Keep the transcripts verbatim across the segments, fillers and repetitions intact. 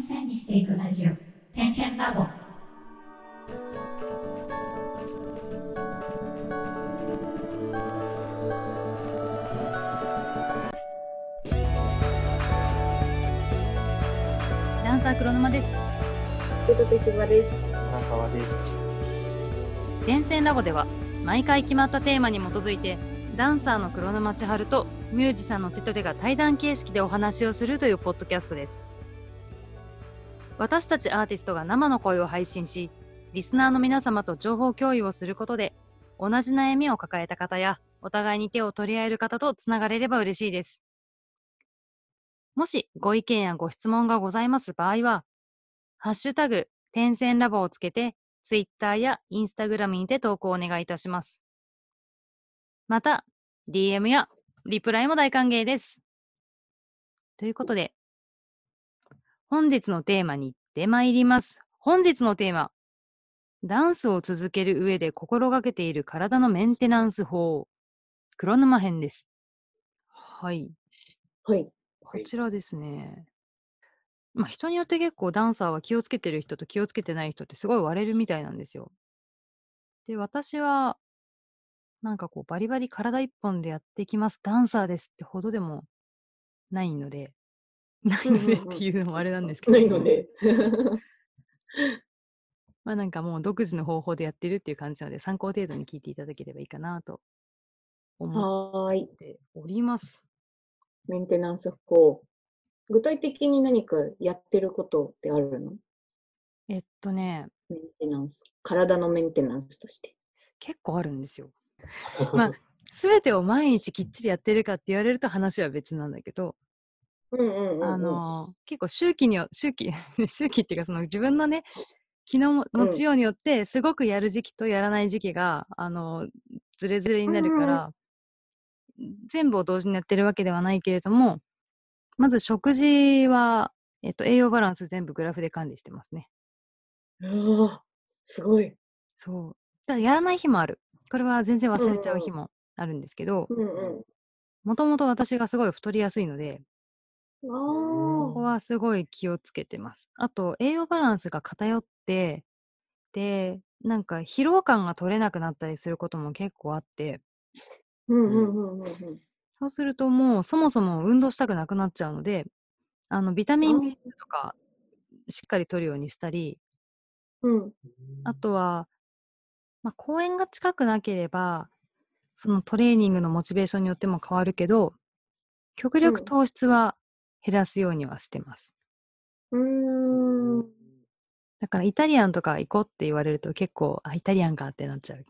線にしていくラジオ、点線ラボ。 ダンサー黒沼です。 瀬戸手芝です。 荒川です。 点線ラボでは毎回決まったテーマに基づいてダンサーの黒沼千春とミュージシャンの手取が対談形式でお話をするというポッドキャストです。私たちアーティストが生の声を配信し、リスナーの皆様と情報共有をすることで同じ悩みを抱えた方やお互いに手を取り合える方とつながれれば嬉しいです。もしご意見やご質問がございます場合は、ハッシュタグ点線ラボをつけてツイッターやインスタグラムにて投稿をお願いいたします。また ディーエム やリプライも大歓迎です。ということで本日のテーマに行ってまいります。本日のテーマ、ダンスを続ける上で心がけている体のメンテナンス法、黒沼編です。はい。 はい。 こちらですね。まあ、人によって結構ダンサーは気をつけてる人と気をつけてない人ってすごい割れるみたいなんですよ。で、私はなんかこうバリバリ体一本でやっていきますダンサーですってほどでもないのでないのでっていうのもあれなんですけど、 ないのでまあなんかもう独自の方法でやってるっていう感じなので参考程度に聞いていただければいいかなと思はーい。 っております。 メンテナンス法。具体的に何かやってることってあるの？ えっとね、 メンテナンス。体のメンテナンスとして。 結構あるんですよ。まあ全てを毎日きっちりやってるかって言われると話は別なんだけど、 うんうんうんうん。 あの結構周期によ周期周期っていうかその自分のね気の持ちようによってすごくやる時期とやらない時期があのズレズレになるから、全部を同時にやってるわけではないけれども、まず食事は、えっと、栄養バランス全部グラフで管理してますね。 うわ、すごい。 そう。だからやらない日もある。これは全然忘れちゃう日もあるんですけど、 うんうん。 もともと私がすごい太りやすいので、 あここはすごい気をつけてます。あと、栄養バランスが偏って、で、なんか疲労感が取れなくなったりすることも結構あって、 うんうんうんうんうん。 そうするともうそもそも運動したくなくなっちゃうので、あのビタミン B とかしっかり取るようにしたり、 うん。 あとは、まあ、公園が近くなければ、そのトレーニングのモチベーションによっても変わるけど、極力糖質は減らすようにはしてます。 うーん。 だからイタリアンとか行こうって言われると結構、あ、イタリアンかってなっちゃう。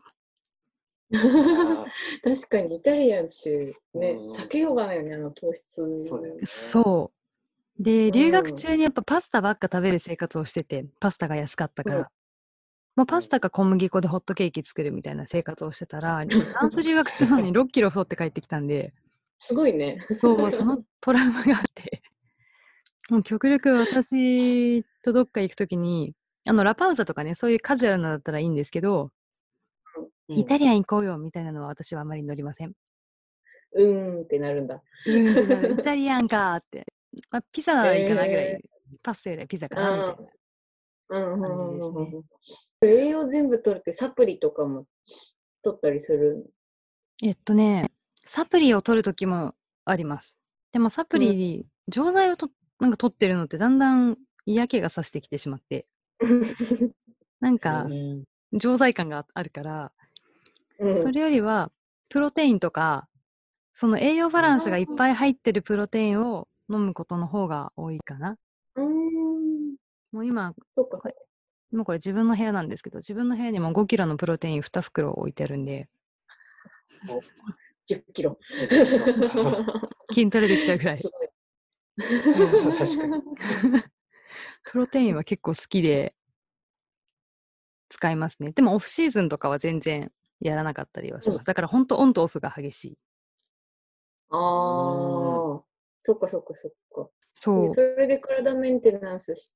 確かにイタリアンってね、 うん避けようがないよね、あの糖質。 そうだよね。 そう。で、 うん留学中にやっぱパスタばっか食べる生活をしてて、パスタが安かったから。 うんもうパスタか小麦粉でホットケーキ作るみたいな生活をしてたら、ダンス留学中なのにろっキロ太って帰ってきたんで、 すごいね。 そう、そのトラウマがあって、もう極力私とどっか行くときに、あのラパウザとかね、そういうカジュアルなのだったらいいんですけど、 うんイタリアン行こうよみたいなのは私はあまり乗りません。 うーんってなるんだ。 うーんってなる。イタリアンかーって。まあ、ピザならいいかなぐらい、 えパスタよりはピザー、 かなみたいなうんうん感じうんうんですね。 栄養全部取るってサプリとかも取ったりする？ えっとね、サプリを取るときもあります。でもサプリ、錠剤をとなんか取ってるのってだんだん嫌気がさしてきてしまって、なんかうん錠剤感があるから、 うんそれよりはプロテインとか、その栄養バランスがいっぱい入ってるプロテインを飲むことの方が多いかな。 うーん。 もう今、 そっか。 これ今これ自分の部屋なんですけど、自分の部屋にもごキロのプロテインに袋置いてあるんで、 じゅっキロ。 筋トレできちゃうぐらい。 すごい。 確かに。 プロテインは結構好きで使いますね。でもオフシーズンとかは全然やらなかったりはします。だから本当オンとオフが激しい。 ああ、そっかそっかそっか。 そう。 それで体メンテナンスして、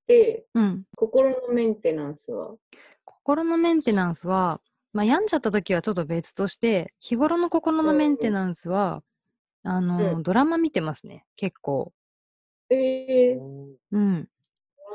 うん。 心のメンテナンスは？ 心のメンテナンスは、まあ、病んじゃった時はちょっと別として、日頃の心のメンテナンスは、あの、 うんドラマ見てますね、結構。 ええー、 うん。 ド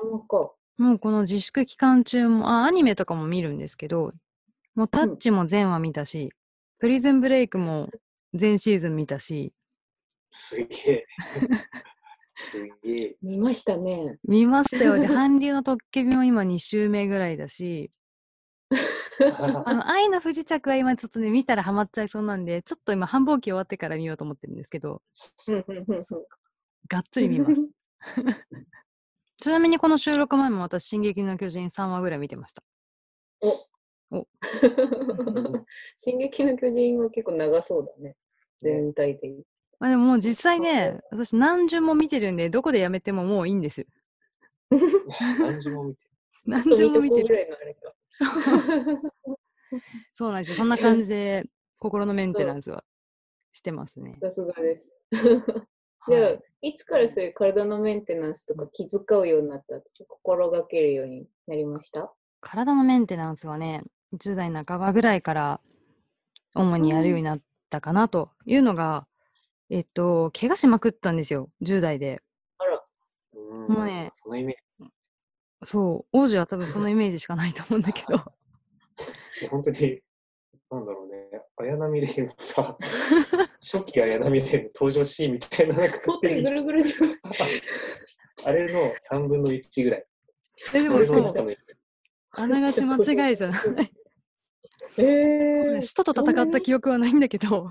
マか。 もうこの自粛期間中も、あ、アニメとかも見るんですけど、もうタッチも全話見たし、プリズンブレイクも全シーズン見たし、 すげえ。すげえ。 見ましたね。 見ましたよ。で、韓流のトッケビも今に週目ぐらいだし、あの、愛の不時着は今ちょっとね、見たらハマっちゃいそうなんで、ちょっと今繁忙期終わってから見ようと思ってるんですけど、 うんうんうんうんがっつり見ます。ちなみにこの収録前も私、進撃の巨人さんわぐらい見てました。 お進撃の巨人は結構長そうだね。全体的に。 まあでももう実際ね、私何順も見てるんで、どこでやめてももういいんです。 何時も見てる。 何見順も見てる。 とこぐらいのあれか。 そうそうなんですよ。そんな感じで心のメンテナンスはしてますね。 さすがです。 はいじゃあ、いつからそういう体のメンテナンスとか気遣うようになったって心がけるようになりました？ 体のメンテナンスはね、じゅう代半ばぐらいから主にやるようになったかなというのが、えっと、怪我しまくったんですよ、じゅう代で。 あら。 うん。 もうね、 そのイメーそう、王子は多分そのイメージしかないと思うんだけど、 ジ。本当に、なんだろうね。綾波レイのさ、初期綾波レイの登場シーンみたいな、なんか本当にぐるぐるじあれのさんぶんのいちぐらい。 えでも俺のそう、 中のあながち間違いじゃない。 えー、 使徒と戦った記憶はないんだけど、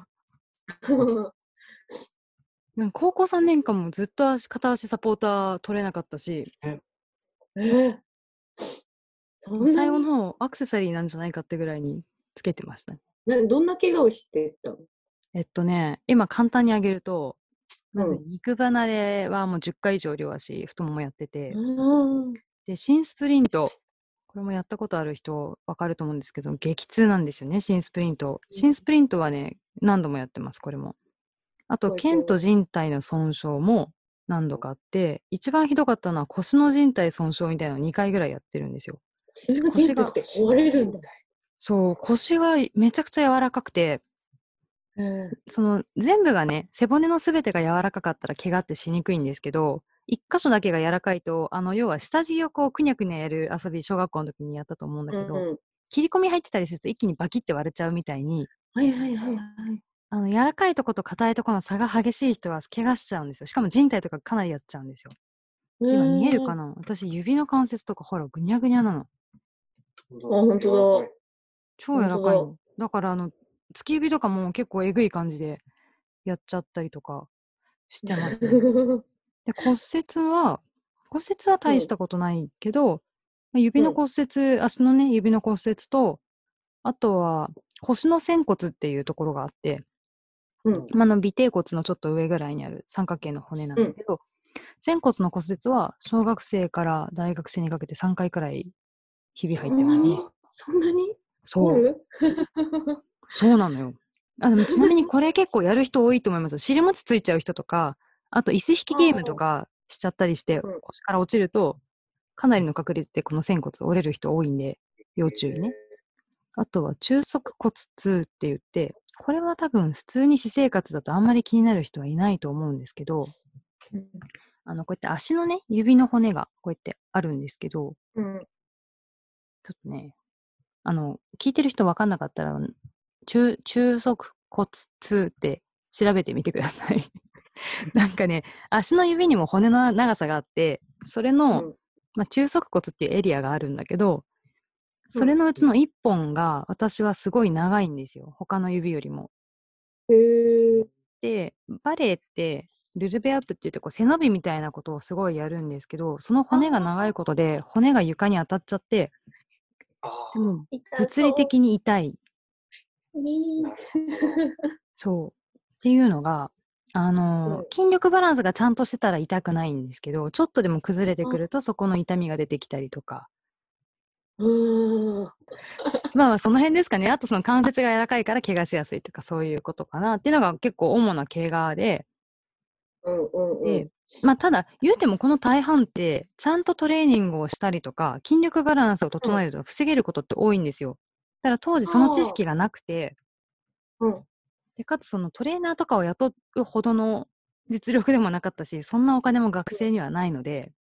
なんか高校さんねんかんもずっと足片足サポーター取れなかったし、 えー、そんなに最後の方アクセサリーなんじゃないかってぐらいにつけてましたね。 などんな怪我をしてたの？ えっとね、今簡単に挙げると、まずうん肉離れはもうじゅっかい以上両足、太ももやってて、 うんで、新スプリント、これもやったことある人わかると思うんですけど、激痛なんですよね、新スプリント。新スプリントはね、何度もやってます、これも。あと、 はいはい腱と靭帯の損傷も何度かあって、一番ひどかったのは腰の靭帯損傷みたいなのをにかいぐらいやってるんですよ。 腰の靭帯って壊れるんだ。 そう、腰がめちゃくちゃ柔らかくて、 うんその全部がね、背骨のすべてが柔らかかったら怪我ってしにくいんですけど、一箇所だけが柔らかいと、あの、要は下地をこうくにゃくにゃやる遊び、小学校の時にやったと思うんだけど、 うん切り込み入ってたりすると一気にバキって割れちゃうみたいに、 はいはいはいはい。 あの、柔らかいとこと硬いとこの差が激しい人は怪我しちゃうんですよ。しかも靭帯とかかなりやっちゃうんですよ。今見えるかな？私指の関節とかほらぐにゃぐにゃなの。 あ、本当だ。 超柔らかいの。だからあの、突き指とかも結構えぐい感じでやっちゃったりとかしてますね。で、骨折は、骨折は大したことないけど、ま指の骨折、足のね、指の骨折と、あとは腰の仙骨っていうところがあって、 うんまあ、あの尾てい骨のちょっと上ぐらいにある三角形の骨なんだけど、仙骨の骨折は小学生から大学生にかけてさんかいくらい日々入ってますね。 そんなにそう。 うそうなのよ。あ、でもちなみにこれ結構やる人多いと思いますよ。尻餅ついちゃう人とか、あと椅子引きゲームとかしちゃったりしてうん腰から落ちると、かなりの確率でこの仙骨折れる人多いんで、要注意ね。あとは中足骨痛って言って、これは多分普通に私生活だとあんまり気になる人はいないと思うんですけど、あの、こうやって足のね、指の骨がこうやってあるんですけど、 うんちょっとね、あの、聞いてる人分かんなかったら、中、中足骨痛って調べてみてください。なんかね、足の指にも骨の長さがあって、それの、 うんまあ、中足骨っていうエリアがあるんだけど、それのうちのいっぽんが私はすごい長いんですよ。他の指よりも。 へーで、バレエってルルベアップって言ってこう背伸びみたいなことをすごいやるんですけど、その骨が長いことで骨が床に当たっちゃって、でも物理的に痛い。 いいそう。っていうのが、あのーうん筋力バランスがちゃんとしてたら痛くないんですけど、ちょっとでも崩れてくるとそこの痛みが出てきたりとか。 うんまあまあその辺ですかね。あとその関節が柔らかいから怪我しやすいとかそういうことかなっていうのが結構主な怪我で、 うんうんうんで、まあただ言うてもこの大半ってちゃんとトレーニングをしたりとか筋力バランスを整えると防げることって多いんですよ。ただ当時その知識がなくて、 うんでかつそのトレーナーとかを雇うほどの実力でもなかったし、そんなお金も学生にはないので、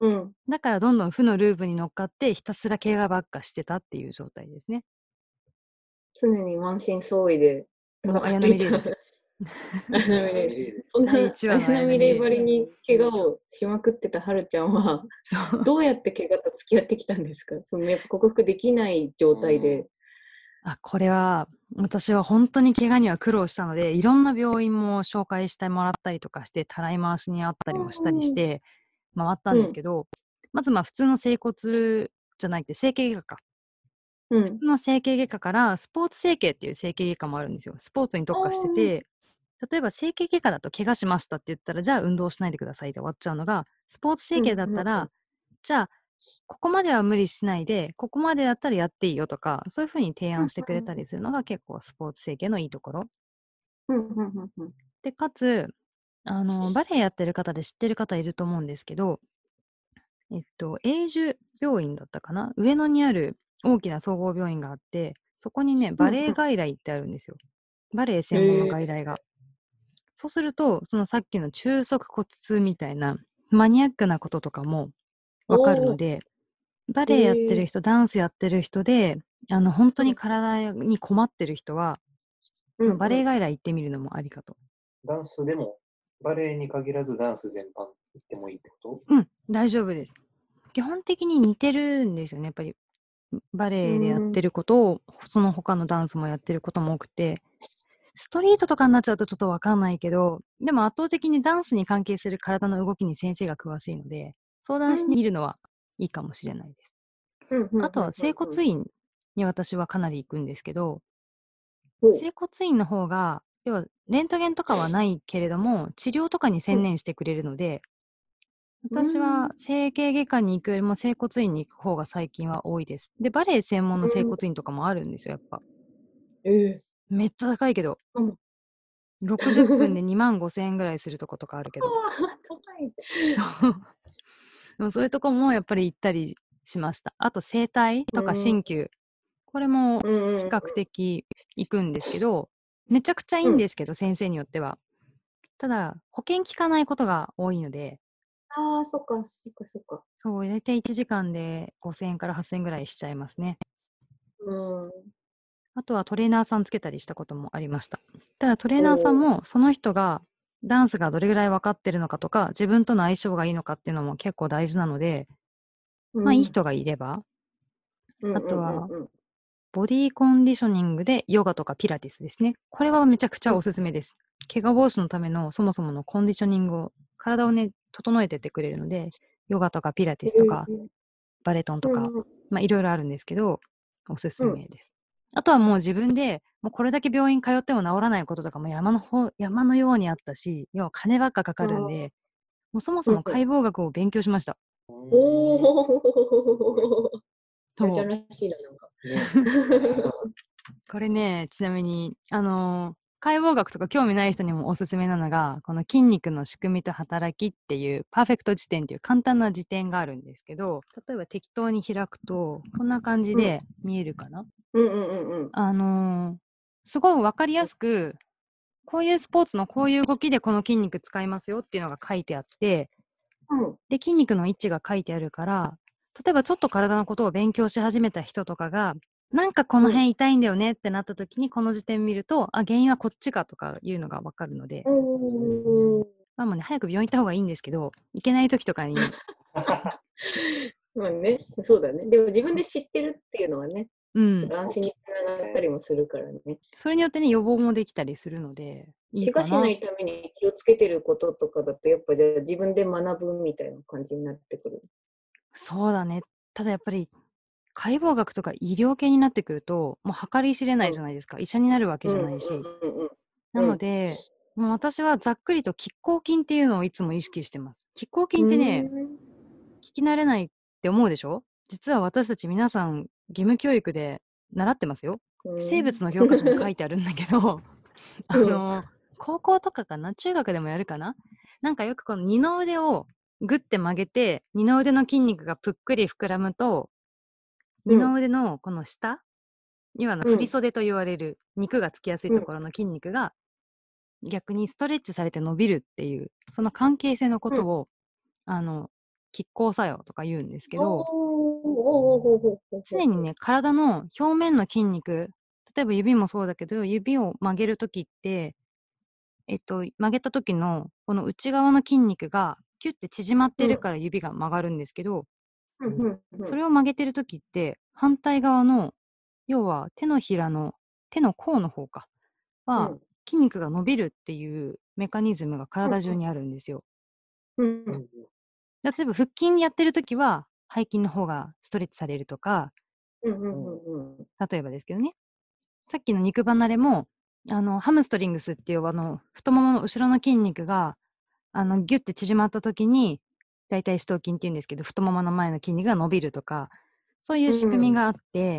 うん。 だからどんどん負のループに乗っかってひたすら怪我ばっかしてたっていう状態ですね。 常に満身創痍で戦もう綾っていた。 波レイです。 綾波レイ。そんな第一話の綾波レイば綾波レイりに怪我をしまくってたはるちゃんは、 そうどうやって怪我と付き合ってきたんですか？そのやっぱ克服できない状態で。 あ、これは私は本当に怪我には苦労したので、いろんな病院も紹介してもらったりとかして、たらい回しにあったりもしたりして回ったんですけど、まずまあ普通の整骨じゃないって整形外科か。 うん。 普通の整形外科からスポーツ整形っていう整形外科もあるんですよ。スポーツに特化してて、例えば整形外科だと怪我しましたって言ったら、じゃあ運動しないでくださいで終わっちゃうのが、スポーツ整形だったら、 うんうんうんじゃあここまでは無理しないで、ここまでだったらやっていいよとか、そういう風に提案してくれたりするのが結構スポーツ整形のいいところ。 うんうんうんうんで、かつ、あの、バレエやってる方で知ってる方いると思うんですけど、えっと、永住病院だったかな、上野にある大きな総合病院があって、そこにね、バレエ外来ってあるんですよ。バレエ専門の外来が。そうすると、そのさっきの中足骨痛みたいなマニアックなこととかもわかるので、バレエやってる人、ダンスやってる人で、あの、本当に体に困ってる人は、そのバレエ外来行ってみるのもありかと。 ダンスでも、バレエに限らずダンス全般行ってもいいってこと？ うん、大丈夫です。基本的に似てるんですよね、やっぱり。バレエでやってることを、その他のダンスもやってることも多くて、ストリートとかになっちゃうとちょっとわかんないけど、でも圧倒的にダンスに関係する体の動きに先生が詳しいので、相談してみるのはいいかもしれないです。あとは整骨院に私はかなり行くんですけど、整骨院の方が、要はレントゲンとかはないけれども、治療とかに専念してくれるので、私は整形外科に行くよりも整骨院に行く方が最近は多いです。で、バレエ専門の整骨院とかもあるんですよ、やっぱ。 えめっちゃ高いけど、 うんろくじゅっぷんでにまんごせんえんぐらいするとことかあるけど。 高い。 でもそういうとこもやっぱり行ったりしました。あと整体とか鍼灸。これも比較的行くんですけど、めちゃくちゃいいんですけど、先生によっては。ただ、保険効かないことが多いので、 ああ、そっか、そっか、そっか。 そう、大体いちじかんでごせんえんからはっせんえんぐらいしちゃいますね。 うん。 あとはトレーナーさんつけたりしたこともありました。ただトレーナーさんもその人がダンスがどれぐらい分かってるのかとか、自分との相性がいいのかっていうのも結構大事なので、まあいい人がいれば、あとはボディーコンディショニングでヨガとかピラティスですね。これはめちゃくちゃおすすめです。怪我防止のためのそもそものコンディショニングを、体をね、整えてってくれるので、ヨガとかピラティスとか、バレトンとか、まあいろいろあるんですけど、おすすめです。あとはもう自分で、もうこれだけ病院通っても治らないこととかも山の方、山のようにあったし、要は金ばっかかかるんで、もうそもそも解剖学を勉強しました。 おお。 そうちゃんらしいな、なんか。 これね、ちなみに、あのー解剖学とか興味ない人にもおすすめなのが、この筋肉の仕組みと働きっていうパーフェクト辞典っていう簡単な辞典があるんですけど、例えば適当に開くと、こんな感じで見えるかな、 うんうんうんうん。 あのーすごいわかりやすく、こういうスポーツのこういう動きでこの筋肉使いますよっていうのが書いてあって、 うん、 で、筋肉の位置が書いてあるから、例えばちょっと体のことを勉強し始めた人とかが、なんかこの辺痛いんだよねってなった時に、この時点見ると、あ、原因はこっちかとかいうのがわかるので、 うん。 まあもうね、早く病院行った方がいいんですけど、行けない時とかに、 まあね、そうだね。でも自分で知ってるっていうのはね、 うん、 安心につながったりもするからね。 それによってね、予防もできたりするので、いいかな。 怪我しないために気をつけてることとかだと、やっぱじゃあ自分で学ぶみたいな感じになってくる。 そうだね。ただやっぱり、解剖学とか医療系になってくると、もう計り知れないじゃないですか。医者になるわけじゃないし。なので、もう私はざっくりと拮抗筋っていうのをいつも意識してます。拮抗筋ってね、聞き慣れないって思うでしょ？実は私たち皆さん義務教育で習ってますよ。生物の教科書に書いてあるんだけど、あの、高校とかかな？中学でもやるかな？なんかよくこの二の腕をグッて曲げて、二の腕の筋肉がぷっくり膨らむと、二の腕のこの下、いわゆる振り袖と言われる肉がつきやすいところの筋肉が逆にストレッチされて伸びるっていう、その関係性のことを、あの、 拮抗作用とか言うんですけおーど、 おーおーおーおーおー常にね、体の表面の筋肉、例えば指もそうだけど、指を曲げるときって、えっと、曲げた時のこの内側の筋肉がキュッて縮まってるから指が曲がるんですけど、 うんうんうんそれを曲げてる時って反対側の要は手のひらの手の甲の方かはうん筋肉が伸びるっていうメカニズムが体中にあるんですよ。 うんうん例えば腹筋やってる時は背筋の方がストレッチされるとか、 うんうんうんうん例えばですけどね、さっきの肉離れもあのハムストリングスっていうあの太ももの後ろの筋肉があのギュッて縮まった時に大腿四頭筋っていうんですけど、太ももの前の筋肉が伸びるとか、そういう仕組みがあって、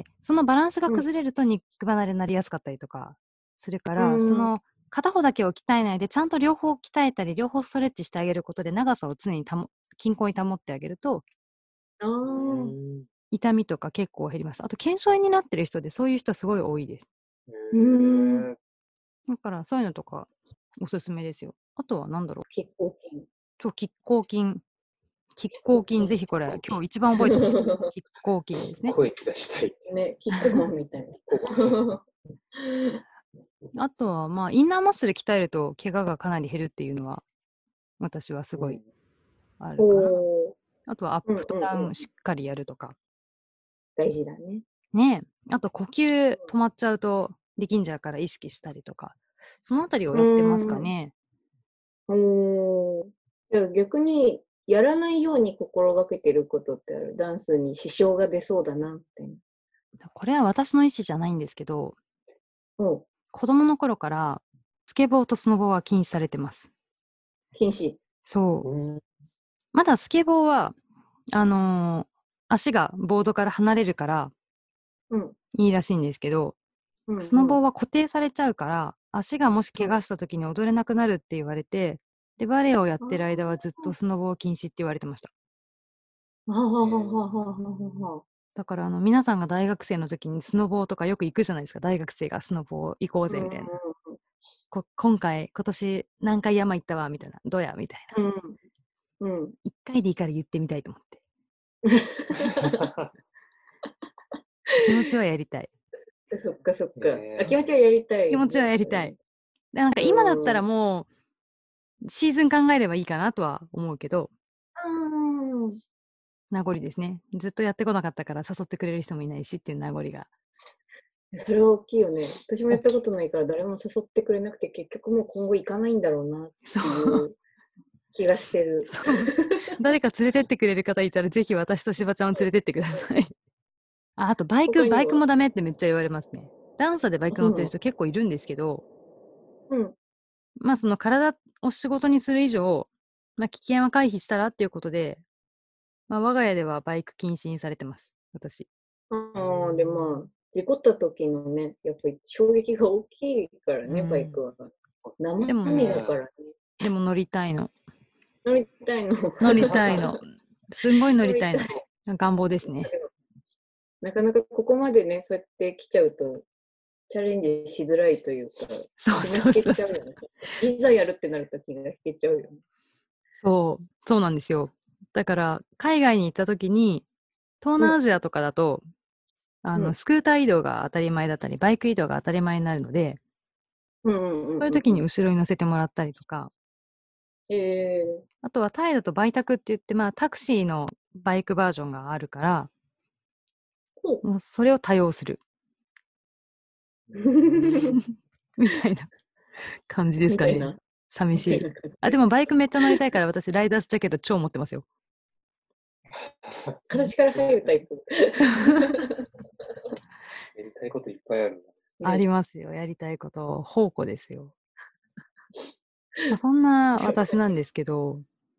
そのバランスが崩れると肉離れになりやすかったりとかするから、 うんその片方だけを鍛えないでちゃんと両方鍛えたり両方ストレッチしてあげることで長さを常に保均衡に保ってあげるとあうーん痛みとか結構減ります。あと腱鞘炎になってる人でそういう人すごい多いです。 うーんへだからそういうのとかおすすめですよ。あとは何だろう、 拮抗筋。 そう拮抗筋拮抗筋、ぜひこれ、今日一番覚えてほしい。拮抗筋ですね。 声出したい。 ね、キックマンみたいな。 あとは、まあ、インナーマッスル鍛えると、怪我がかなり減るっていうのは、私はすごいあるかな。 おーあとは、アップとダウンしっかりやるとか。 大事だね。 ねえ。あと、呼吸止まっちゃうと、力んじゃうから意識したりとか。そのあたりをやってますかね。 おーじゃあ逆に、やらないように心がけてることってある？ダンスに支障が出そうだなって。 これは私の意思じゃないんですけど、 お子供の頃から、スケボーとスノボーは禁止されてます。 禁止。 そう。 うんまだスケボーは、あのー足がボードから離れるからうん。 いいらしいんですけど、 うん、 スノボーーは固定されちゃうから、足がもし怪我した時に踊れなくなるって言われて、で、バレエをやってる間はずっとスノボー禁止って言われてました。 ははははははは。 だから、あの、皆さんが大学生の時にスノボーとかよく行くじゃないですか。大学生がスノボー行こうぜ、みたいな。こ今回、今年何回山行ったわ、みたいな。どうやみたいな。 うん。うん。うん。 一回でいいから言ってみたいと思って。気持ちはやりたい。 そっかそっか。 ねえあ、気持ちはやりたい。 気持ちはやりたい。。でなんか今だったらもう、シーズン考えればいいかなとは思うけど、 うん。 名残ですね。ずっとやってこなかったから誘ってくれる人もいないしっていう名残が。 それは大きいよね。私もやったことないから誰も誘ってくれなくて結局もう今後行かないんだろうなってそ。 いうう気がしてる。 そう誰か連れてってくれる方いたら、ぜひ私としばちゃんを連れてってください。ああとバイク、 他にはバイクもダメってめっちゃ言われますね。ダンサーでバイク乗ってるあ人結構いるんですけど、 うん。 まあその体を仕事にする以上、まあ危険は回避したらっていうことで、まあ我が家ではバイク禁止にされてます、私。 ああ、でまあ、事故った時のね、やっぱり衝撃が大きいからね、 うんバイクは。生でも身だからね。 でも乗りたいの。 乗りたいの。 乗りたいの。すんごい乗りたいの乗り。 願望ですね。 なかなかここまでね、そうやって来ちゃうと、チャレンジしづらいというか、 そう気がそうそう引けちゃうよね。いざやるってなると気が引けちゃうよね。 そう、そうなんですよ。だから、海外に行った時に、東南アジアとかだと、あの、 うんスクーター移動が当たり前だったり、バイク移動が当たり前になるので、 うんうんうんうん。 そういう時に後ろに乗せてもらったりとか、 えあとはタイだとバイタクって言って、まあタクシーのバイクバージョンがあるから、 ほうもうそれを多用するみたいな感じですかねみたいな。。 寂しい。 みたいな感じあ、でもバイクめっちゃ乗りたいから私ライダースジャケット超持ってますよ。 形から入るタイプ。 やりたいこといっぱいある。 ありますよ。やりたいこと宝庫ですよ。まあ、そんな私なんですけど、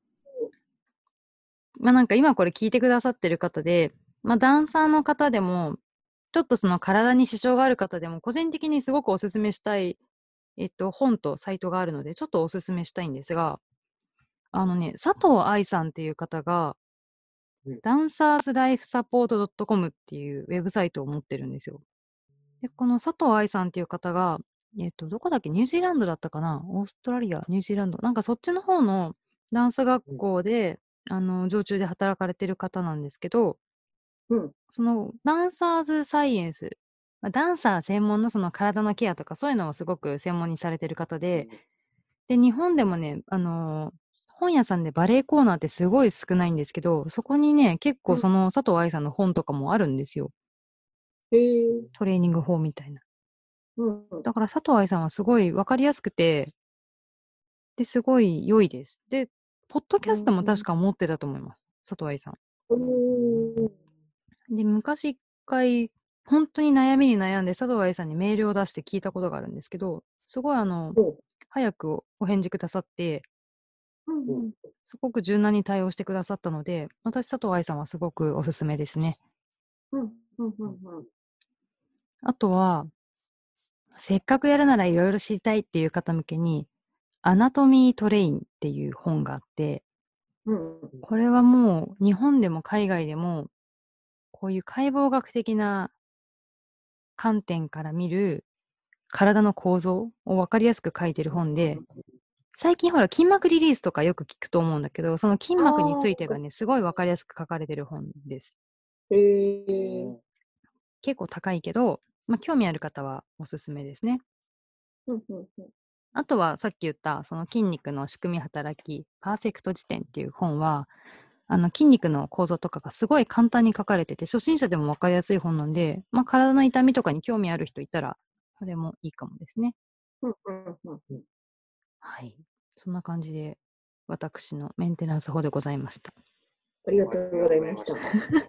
まあなんか今これ聞いてくださってる方で、まあダンサーの方でも、ちょっとその体に支障がある方でも、個人的にすごくおすすめしたい、えっと、本とサイトがあるので、ちょっとおすすめしたいんですが、あのね、佐藤愛さんっていう方が、 うんダンサーズライフサポートドットコムっていうウェブサイトを持ってるんですよ。で、この佐藤愛さんっていう方が、えっと、どこだっけニュージーランドだったかなオーストラリア、ニュージーランド。なんかそっちの方のダンス学校であの常駐で働かれてる方なんですけど、 うん。 そのダンサーズサイエンス、まあ、ダンサー専門のその体のケアとかそういうのをすごく専門にされてる方で、で日本でもね、あのー本屋さんでバレエコーナーってすごい少ないんですけど、そこにね結構その佐藤愛さんの本とかもあるんですよ。 へえ。 トレーニング法みたいな。 うんうん。 だから佐藤愛さんはすごい分かりやすくて、ですごい良いです。で、ポッドキャストも確か持ってたと思います、佐藤愛さん。 うんで、昔一回、本当に悩みに悩んで佐藤愛さんにメールを出して聞いたことがあるんですけど、すごいあの、 ほ早くお返事くださって、 ううんうん。 すごく柔軟に対応してくださったので、私、佐藤愛さんはすごくおすすめですね。 うんうんうんうん。 あとは、せっかくやるならいろいろ知りたいっていう方向けに、アナトミートレインっていう本があって、 うんこれはもう日本でも海外でも、こういう解剖学的な観点から見る体の構造を分かりやすく書いてる本で、最近ほら筋膜リリースとかよく聞くと思うんだけど、その筋膜についてがね、すごい分かりやすく書かれてる本です。 へえ。 結構高いけど、まあ、興味ある方はおすすめですね。 うんうんうん。 あとはさっき言ったその筋肉の仕組み働き、パーフェクト辞典っていう本は、あの筋肉の構造とかがすごい簡単に書かれてて、初心者でも分かりやすい本なんで、まあ、体の痛みとかに興味ある人いたら、それもいいかもですね。 うんうんうんうん。 はい。そんな感じで、私のメンテナンス法でございました。 ありがとうございました。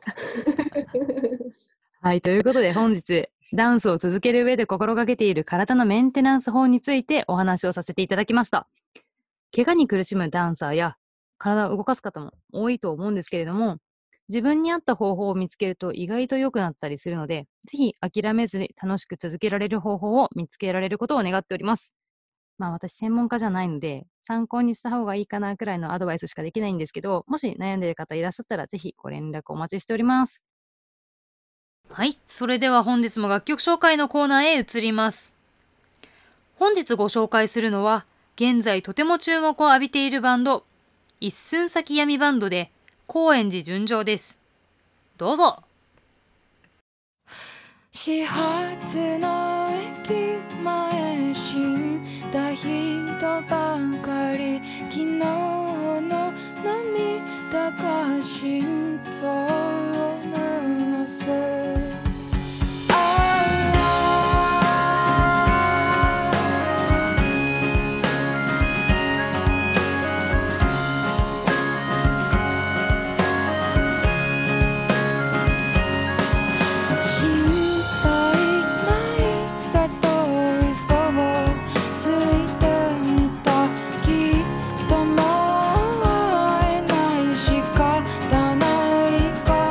はい。ということで、本日、ダンスを続ける上で心がけている体のメンテナンス法についてお話をさせていただきました。怪我に苦しむダンサーや体を動かす方も多いと思うんですけれども、自分に合った方法を見つけると意外と良くなったりするので、ぜひ諦めずに楽しく続けられる方法を見つけられることを願っております。まあ私専門家じゃないので、参考にした方がいいかなくらいのアドバイスしかできないんですけど、もし悩んでいる方いらっしゃったらぜひご連絡お待ちしております。はい、それでは本日も楽曲紹介のコーナーへ移ります。本日ご紹介するのは、現在とても注目を浴びているバンド、一寸先闇バンドで高円寺純情です。どうぞ。 始発の駅前死んだ人ばかり、昨日の涙が心臓を濡らす。「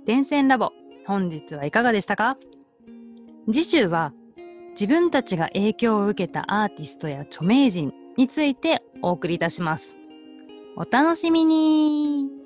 電線ラボ、本日はいかがでしたか？次週は自分たちが影響を受けたアーティストや著名人についてお送りいたします。お楽しみに。